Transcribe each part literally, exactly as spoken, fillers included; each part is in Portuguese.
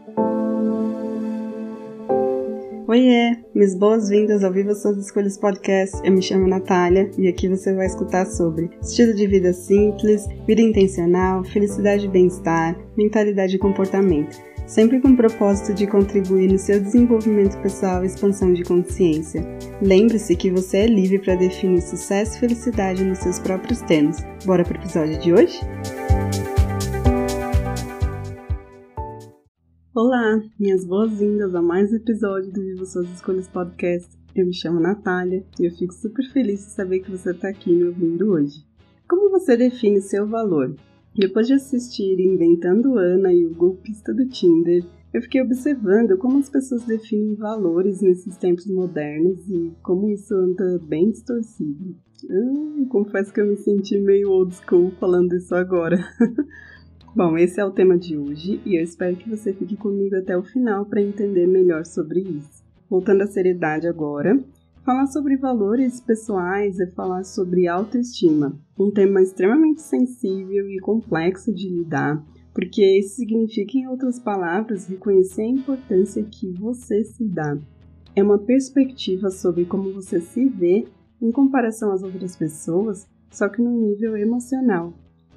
Oiê, minhas boas-vindas ao Viva Suas Escolhas Podcast. Eu me chamo Natália e aqui você vai escutar sobre estilo de vida simples, vida intencional, felicidade e bem-estar, mentalidade e comportamento, sempre com o propósito de contribuir no seu desenvolvimento pessoal e expansão de consciência. Lembre-se que você é livre para definir sucesso e felicidade nos seus próprios termos. Bora pro episódio de hoje? Olá, minhas boas-vindas a mais um episódio do Viva Suas Escolhas Podcast. Eu me chamo Natália e eu fico super feliz de saber que você está aqui me ouvindo hoje. Como você define seu valor? Depois de assistir Inventando Ana e o golpista do Tinder, eu fiquei observando como as pessoas definem valores nesses tempos modernos e como isso anda bem distorcido. Ah, confesso que eu me senti meio old school falando isso agora. Bom, esse é o tema de hoje e eu espero que você fique comigo até o final para entender melhor sobre isso. Voltando à seriedade agora, falar sobre valores pessoais é falar sobre autoestima, um tema extremamente sensível e complexo de lidar, porque isso significa, em outras palavras, reconhecer a importância que você se dá. É uma perspectiva sobre como você se vê em comparação às outras pessoas, só que no nível emocional.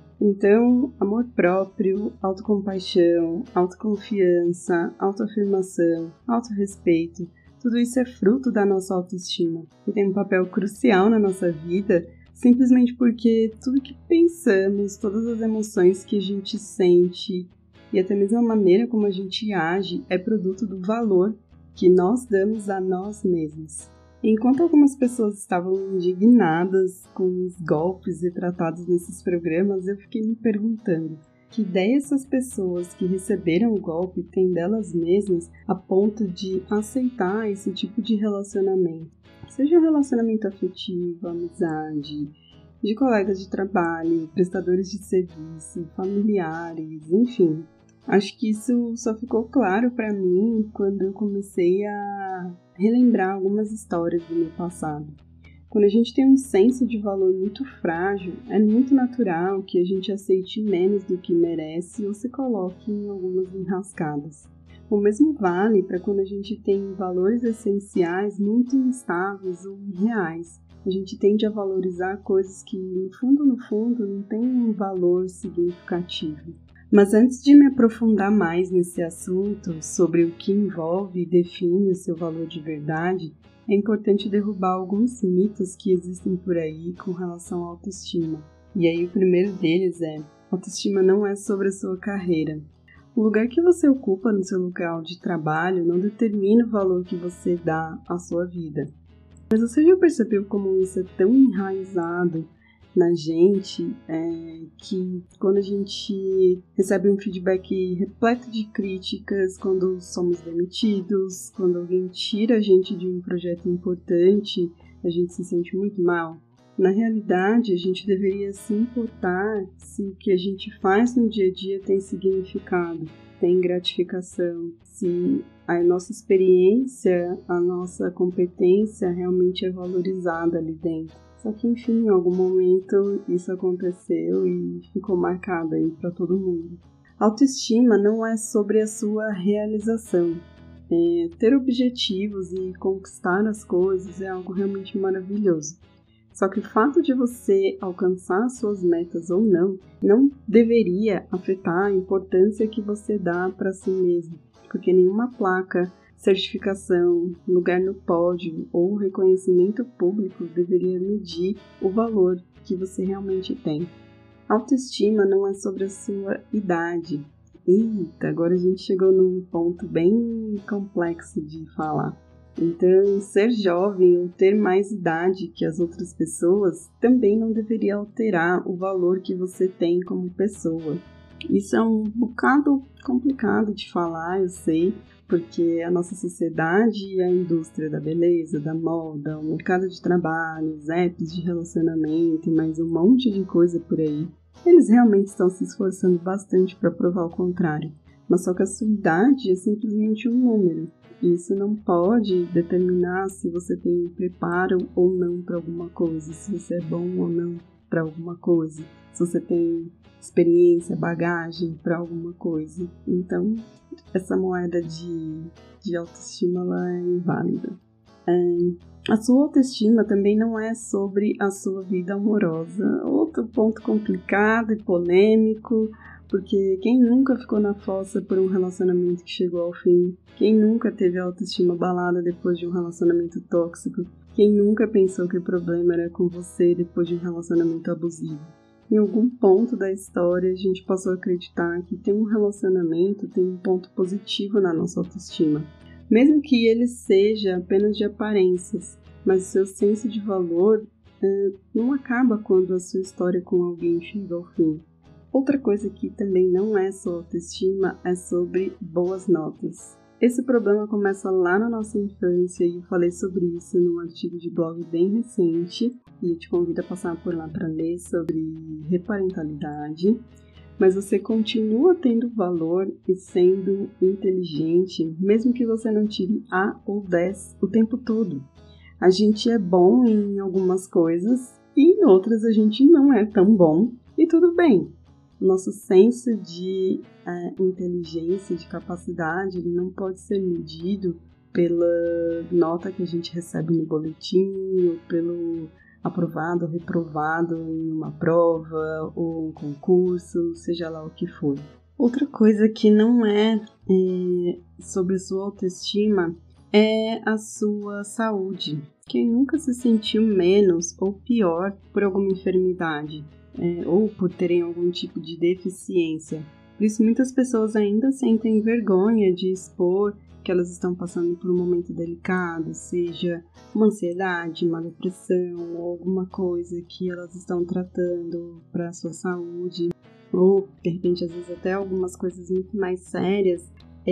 Então, amor próprio, autocompaixão, autoconfiança, autoafirmação, autorrespeito, tudo isso é fruto da nossa autoestima e tem um papel crucial na nossa vida simplesmente porque tudo que pensamos, todas as emoções que a gente sente e até mesmo a maneira como a gente age é produto do valor que nós damos a nós mesmos. Enquanto algumas pessoas estavam indignadas com os golpes retratados nesses programas, eu fiquei me perguntando que ideia essas pessoas que receberam o golpe têm delas mesmas a ponto de aceitar esse tipo de relacionamento. Seja um relacionamento afetivo, amizade, de colegas de trabalho, prestadores de serviço, familiares, enfim. Acho que isso só ficou claro para mim quando eu comecei a relembrar algumas histórias do meu passado. Quando a gente tem um senso de valor muito frágil, é muito natural que a gente aceite menos do que merece ou se coloque em algumas enrascadas. O mesmo vale para quando a gente tem valores essenciais muito instáveis ou irreais. A gente tende a valorizar coisas que, no fundo, no fundo, não têm um valor significativo. Mas antes de me aprofundar mais nesse assunto sobre o que envolve e define o seu valor de verdade, é importante derrubar alguns mitos que existem por aí com relação à autoestima. E aí o primeiro deles é: autoestima não é sobre a sua carreira. O lugar que você ocupa no seu local de trabalho não determina o valor que você dá à sua vida. Mas você já percebeu como isso é tão enraizado na gente, é, que quando a gente recebe um feedback repleto de críticas, quando somos demitidos, quando alguém tira a gente de um projeto importante, a gente se sente muito mal? Na realidade, a gente deveria se importar se o que a gente faz no dia a dia tem significado, tem gratificação, se a nossa experiência, a nossa competência realmente é valorizada ali dentro. Só que, enfim, em algum momento isso aconteceu e ficou marcado aí para todo mundo. Autoestima não é sobre a sua realização. É, ter objetivos e conquistar as coisas é algo realmente maravilhoso. Só que o fato de você alcançar suas metas ou não, não deveria afetar a importância que você dá para si mesmo, porque nenhuma placa, certificação, lugar no pódio ou reconhecimento público deveria medir o valor que você realmente tem. Autoestima não é sobre a sua idade. Eita, agora a gente chegou num ponto bem complexo de falar. Então, ser jovem ou ter mais idade que as outras pessoas também não deveria alterar o valor que você tem como pessoa. Isso é um bocado complicado de falar, eu sei, porque a nossa sociedade e a indústria da beleza, da moda, o mercado de trabalho, os apps de relacionamento e mais um monte de coisa por aí, eles realmente estão se esforçando bastante para provar o contrário. Mas só que a sua idade é simplesmente um número. E isso não pode determinar se você tem preparo ou não para alguma coisa, se você é bom ou não. para alguma coisa, se você tem experiência, bagagem para alguma coisa. Então, essa moeda de, de autoestima ela é inválida. É, a sua autoestima também não é sobre a sua vida amorosa. Outro ponto complicado e polêmico, porque quem nunca ficou na fossa por um relacionamento que chegou ao fim? Quem nunca teve a autoestima abalada depois de um relacionamento tóxico? Quem nunca pensou que o problema era com você depois de um relacionamento abusivo? Em algum ponto da história, a gente passou a acreditar que ter um relacionamento tem um ponto positivo na nossa autoestima. Mesmo que ele seja apenas de aparências, mas o seu senso de valor é, não acaba quando a sua história com alguém chega ao fim. Outra coisa que também não é só autoestima é sobre boas notas. Esse problema começa lá na nossa infância e eu falei sobre isso num artigo de blog bem recente e eu te convido a passar por lá para ler sobre reparentalidade. Mas você continua tendo valor e sendo inteligente, mesmo que você não tire A ou dez o tempo todo. A gente é bom em algumas coisas e em outras a gente não é tão bom e tudo bem. Nosso senso de é, inteligência, de capacidade, ele não pode ser medido pela nota que a gente recebe no boletim, ou pelo aprovado ou reprovado em uma prova ou um concurso, seja lá o que for. Outra coisa que não é, é sobre a sua autoestima é a sua saúde. Quem nunca se sentiu menos ou pior por alguma enfermidade? É, ou por terem algum tipo de deficiência. Por isso, muitas pessoas ainda sentem vergonha de expor que elas estão passando por um momento delicado, seja uma ansiedade, uma depressão, ou alguma coisa que elas estão tratando para a sua saúde, ou, de repente, às vezes até algumas coisas muito mais sérias,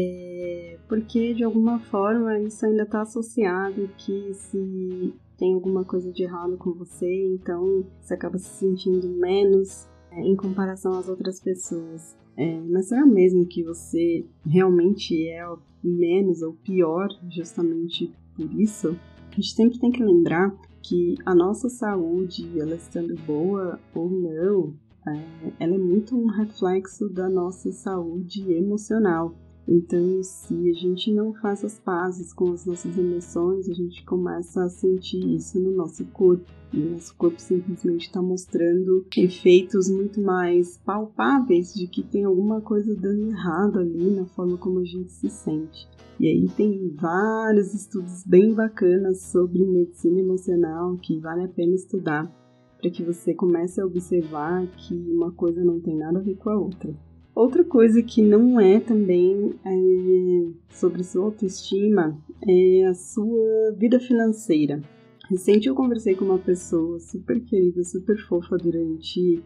é, porque, de alguma forma, isso ainda está associado que se tem alguma coisa de errado com você, então você acaba se sentindo menos é, em comparação às outras pessoas. É, mas será mesmo que você realmente é menos ou pior justamente por isso? A gente sempre tem que lembrar que a nossa saúde, ela estando boa ou não, é, ela é muito um reflexo da nossa saúde emocional. Então, se a gente não faz as pazes com as nossas emoções, a gente começa a sentir isso no nosso corpo. E o nosso corpo simplesmente está mostrando efeitos muito mais palpáveis de que tem alguma coisa dando errado ali na forma como a gente se sente. E aí tem vários estudos bem bacanas sobre medicina emocional que vale a pena estudar para que você comece a observar que uma coisa não tem nada a ver com a outra. Outra coisa que não é também é, sobre sua autoestima é a sua vida financeira. Recente eu conversei com uma pessoa super querida, super fofa durante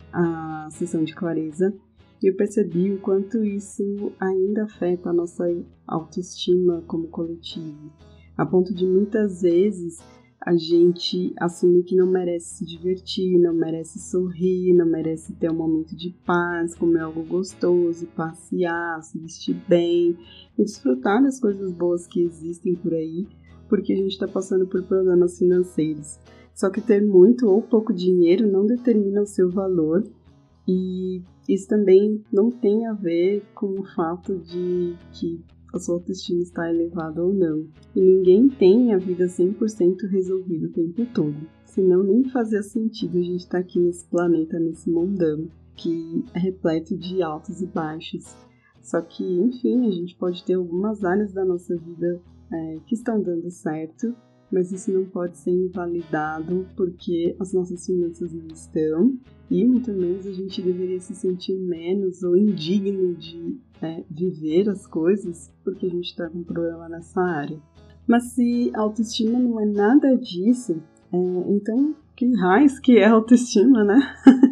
a sessão de clareza e eu percebi o quanto isso ainda afeta a nossa autoestima como coletivo, a ponto de muitas vezes a gente assumir que não merece se divertir, não merece sorrir, não merece ter um momento de paz, comer algo gostoso, passear, se vestir bem e desfrutar das coisas boas que existem por aí, porque a gente está passando por problemas financeiros. Só que ter muito ou pouco dinheiro não determina o seu valor e isso também não tem a ver com o fato de que a sua autoestima está elevada ou não. E ninguém tem a vida cem por cento resolvida o tempo todo. Senão nem fazia sentido a gente estar aqui nesse planeta, nesse mundão, que é repleto de altos e baixos. Só que, enfim, a gente pode ter algumas áreas da nossa vida é, que estão dando certo, mas isso não pode ser invalidado porque as nossas finanças não estão, e muito menos a gente deveria se sentir menos ou indigno de é, viver as coisas porque a gente está com um problema nessa área. Mas se a autoestima não é nada disso, é, então que raios que é autoestima, né?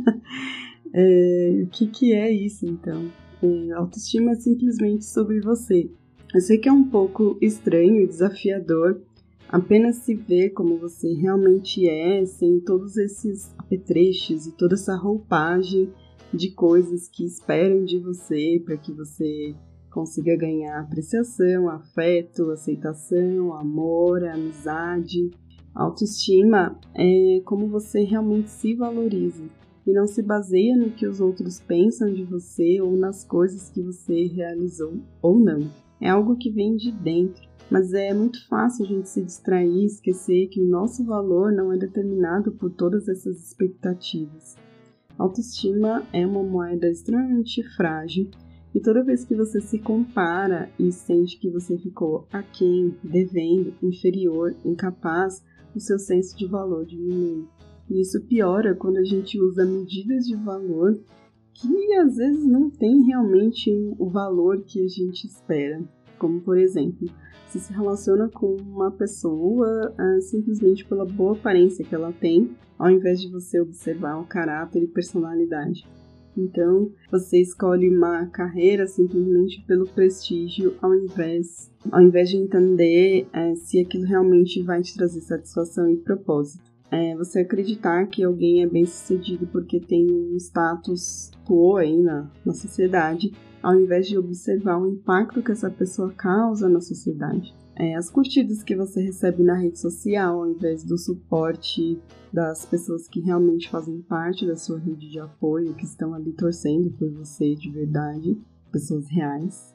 é, o que, que é isso então? É, autoestima é simplesmente sobre você. Eu sei que é um pouco estranho e desafiador apenas se ver como você realmente é, sem todos esses apetrechos e toda essa roupagem de coisas que esperam de você para que você consiga ganhar apreciação, afeto, aceitação, amor, amizade. A autoestima é como você realmente se valoriza e não se baseia no que os outros pensam de você ou nas coisas que você realizou ou não. É algo que vem de dentro, mas é muito fácil a gente se distrair e esquecer que o nosso valor não é determinado por todas essas expectativas. A autoestima é uma moeda extremamente frágil e toda vez que você se compara e sente que você ficou aquém, devendo, inferior, incapaz, o seu senso de valor diminui. E isso piora quando a gente usa medidas de valor que às vezes não tem realmente o valor que a gente espera. Como, por exemplo, você se relaciona com uma pessoa ah, simplesmente pela boa aparência que ela tem, ao invés de você observar o caráter e personalidade. Então, você escolhe uma carreira simplesmente pelo prestígio, ao invés, ao invés de entender é, se aquilo realmente vai te trazer satisfação e propósito. É, você acreditar que alguém é bem-sucedido porque tem um status quo aí na, na sociedade, ao invés de observar o impacto que essa pessoa causa na sociedade. É, as curtidas que você recebe na rede social, ao invés do suporte das pessoas que realmente fazem parte da sua rede de apoio, que estão ali torcendo por você de verdade, pessoas reais.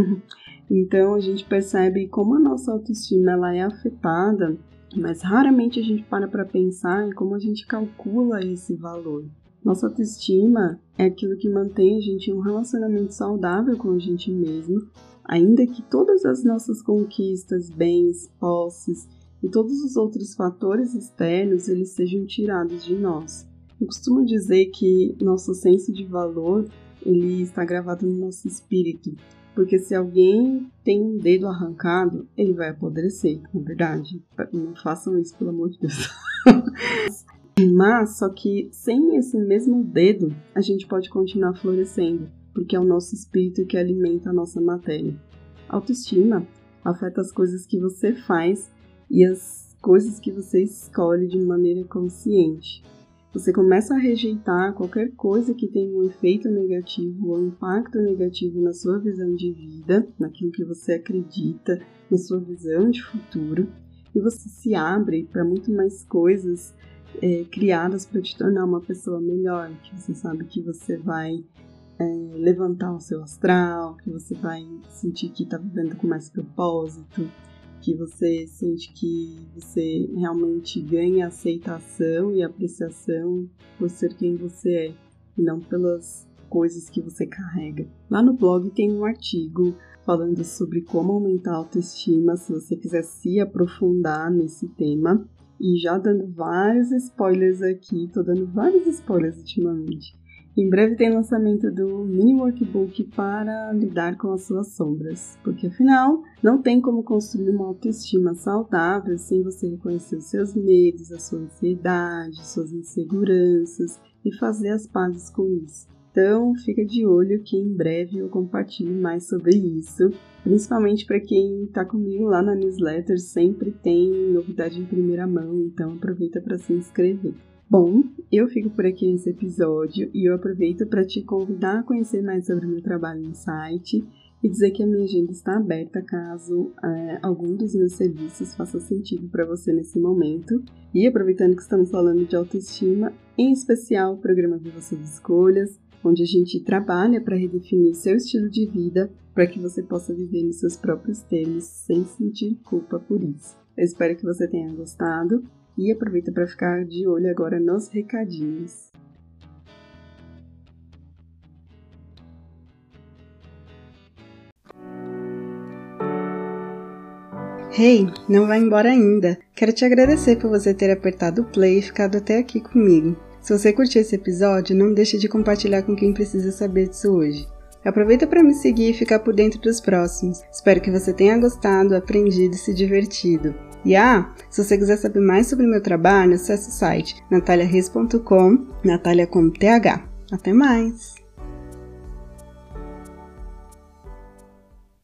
Então a gente percebe como a nossa autoestima ela é afetada, mas raramente a gente para para pensar em como a gente calcula esse valor. Nossa autoestima é aquilo que mantém a gente em um relacionamento saudável com a gente mesmo, ainda que todas as nossas conquistas, bens, posses e todos os outros fatores externos eles sejam tirados de nós. Eu costumo dizer que nosso senso de valor ele está gravado no nosso espírito, porque se alguém tem um dedo arrancado, ele vai apodrecer, na verdade. Não façam isso, pelo amor de Deus. Mas, só que sem esse mesmo dedo, a gente pode continuar florescendo, porque é o nosso espírito que alimenta a nossa matéria. A autoestima afeta as coisas que você faz e as coisas que você escolhe de maneira consciente. Você começa a rejeitar qualquer coisa que tenha um efeito negativo ou impacto negativo na sua visão de vida, naquilo que você acredita, na sua visão de futuro, e você se abre para muito mais coisas é, criadas para te tornar uma pessoa melhor, que você sabe que você vai é, levantar o seu astral, que você vai sentir que está vivendo com mais propósito, que você sente que você realmente ganha aceitação e apreciação por ser quem você é, e não pelas coisas que você carrega. Lá no blog tem um artigo falando sobre como aumentar a autoestima, se você quiser se aprofundar nesse tema, e já dando vários spoilers aqui, tô dando vários spoilers ultimamente. Em breve tem lançamento do mini workbook para lidar com as suas sombras, porque afinal não tem como construir uma autoestima saudável sem você reconhecer os seus medos, a sua ansiedade, suas inseguranças e fazer as pazes com isso. Então fica de olho que em breve eu compartilho mais sobre isso, principalmente para quem está comigo lá na newsletter, sempre tem novidade em primeira mão, então aproveita para se inscrever. Bom, eu fico por aqui nesse episódio e eu aproveito para te convidar a conhecer mais sobre o meu trabalho no site e dizer que a minha agenda está aberta caso é, algum dos meus serviços faça sentido para você nesse momento. E aproveitando que estamos falando de autoestima, em especial o programa Viva Suas Escolhas, onde a gente trabalha para redefinir o seu estilo de vida para que você possa viver nos seus próprios termos sem sentir culpa por isso. Eu espero que você tenha gostado. E aproveita para ficar de olho agora nos recadinhos. Hey, não vai embora ainda! Quero te agradecer por você ter apertado o play e ficado até aqui comigo. Se você curtiu esse episódio, não deixe de compartilhar com quem precisa saber disso hoje. Aproveita para me seguir e ficar por dentro dos próximos. Espero que você tenha gostado, aprendido e se divertido. E ah, se você quiser saber mais sobre o meu trabalho, acesse o site natalia reis ponto com, Natalia com T H. Até mais!